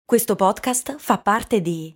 Questo podcast fa parte di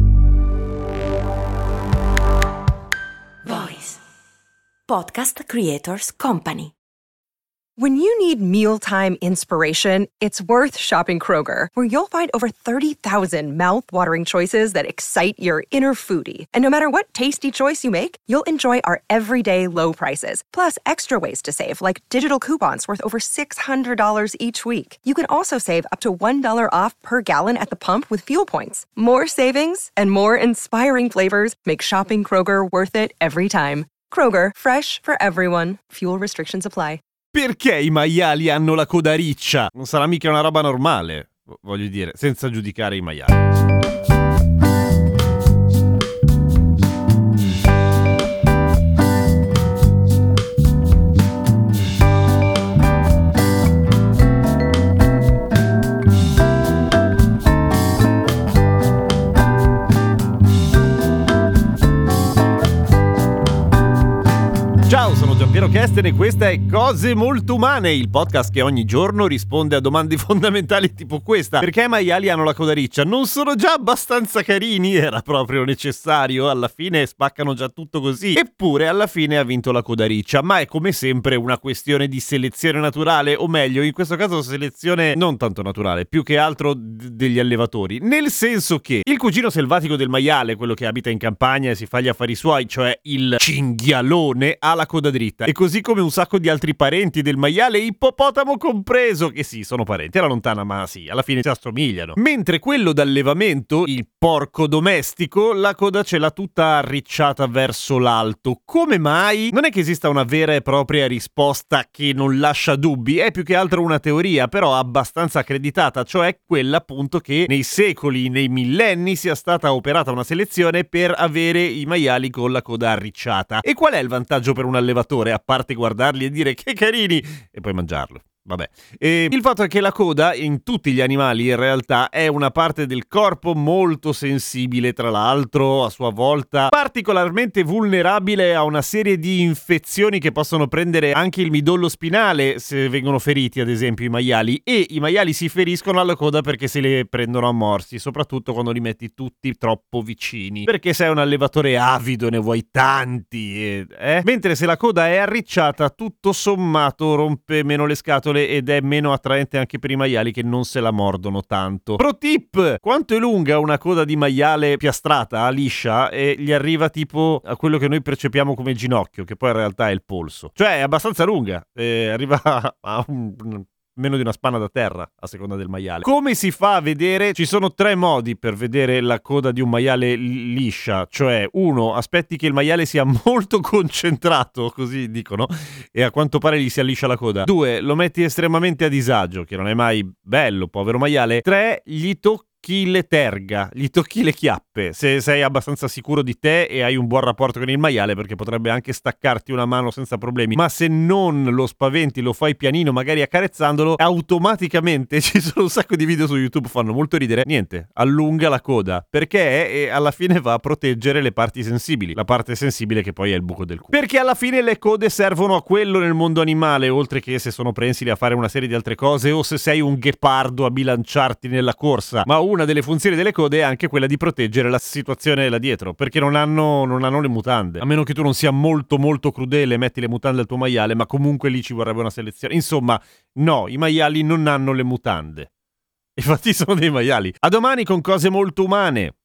Voice Podcast Creators Company. When you need mealtime inspiration, it's worth shopping Kroger, where you'll find over 30,000 mouth-watering choices that excite your inner foodie. And no matter what tasty choice you make, you'll enjoy our everyday low prices, plus extra ways to save, like digital coupons worth over $600 each week. You can also save up to $1 off per gallon at the pump with fuel points. More savings and more inspiring flavors make shopping Kroger worth it every time. Kroger, fresh for everyone. Fuel restrictions apply. Perché i maiali hanno la coda riccia? Non sarà mica una roba normale, voglio dire, senza giudicare i maiali. Ciao, sono Giampiero Kesten e questa è Cose Molto Umane, il podcast che ogni giorno risponde a domande fondamentali tipo questa. Perché i maiali hanno la coda riccia? Non sono già abbastanza carini? Era proprio necessario? Alla fine spaccano già tutto così. Eppure alla fine ha vinto la coda riccia, ma è come sempre una questione di selezione naturale, o meglio, in questo caso selezione non tanto naturale, più che altro degli allevatori. Nel senso che il cugino selvatico del maiale, quello che abita in campagna e si fa gli affari suoi, cioè il cinghialone, ha la coda dritta, e così come un sacco di altri parenti del maiale, ippopotamo compreso, che sì, sono parenti alla lontana, ma sì, alla fine si assomigliano. Mentre quello d'allevamento, il porco domestico, la coda ce l'ha tutta arricciata verso l'alto. Come mai? Non è che esista una vera e propria risposta che non lascia dubbi, è più che altro una teoria, però abbastanza accreditata, cioè quella appunto che nei secoli, nei millenni sia stata operata una selezione per avere i maiali con la coda arricciata. E qual è il vantaggio per un allevatore, a parte guardarli e dire che carini e poi mangiarlo? Vabbè, e il fatto è che la coda in tutti gli animali in realtà è una parte del corpo molto sensibile, tra l'altro a sua volta particolarmente vulnerabile a una serie di infezioni che possono prendere anche il midollo spinale se vengono feriti, ad esempio i maiali, e i maiali si feriscono alla coda perché se le prendono a morsi, soprattutto quando li metti tutti troppo vicini, perché sei un allevatore avido, ne vuoi tanti, mentre se la coda è arricciata tutto sommato rompe meno le scatole ed è meno attraente anche per i maiali che non se la mordono tanto. Pro tip: quanto è lunga una coda di maiale piastrata, liscia, e gli arriva tipo a quello che noi percepiamo come ginocchio, che poi in realtà è il polso. Cioè è abbastanza lunga, arriva a meno di una spanna da terra, a seconda del maiale. Come si fa a vedere? Ci sono 3 modi per vedere la coda di un maiale liscia, cioè 1, aspetti che il maiale sia molto concentrato, così dicono, e a quanto pare gli si alliscia la coda. 2, lo metti estremamente a disagio, che non è mai bello, povero maiale. 3, gli tocchi le terga, gli tocchi le chiappe, se sei abbastanza sicuro di te e hai un buon rapporto con il maiale, perché potrebbe anche staccarti una mano senza problemi. Ma se non lo spaventi, lo fai pianino, magari accarezzandolo, automaticamente ci sono un sacco di video su YouTube, fanno molto ridere. Niente, allunga la coda, perché alla fine va a proteggere le parti sensibili, la parte sensibile che poi è il buco del culo. Perché alla fine le code servono a quello nel mondo animale, oltre che se sono prensili a fare una serie di altre cose, o se sei un ghepardo a bilanciarti nella corsa. Ma una delle funzioni delle code è anche quella di proteggere la situazione là dietro, perché non hanno le mutande, a meno che tu non sia molto molto crudele e metti le mutande al tuo maiale, ma comunque lì ci vorrebbe una selezione. Insomma, no, i maiali non hanno le mutande, infatti sono dei maiali. A domani con Cose Molto Umane.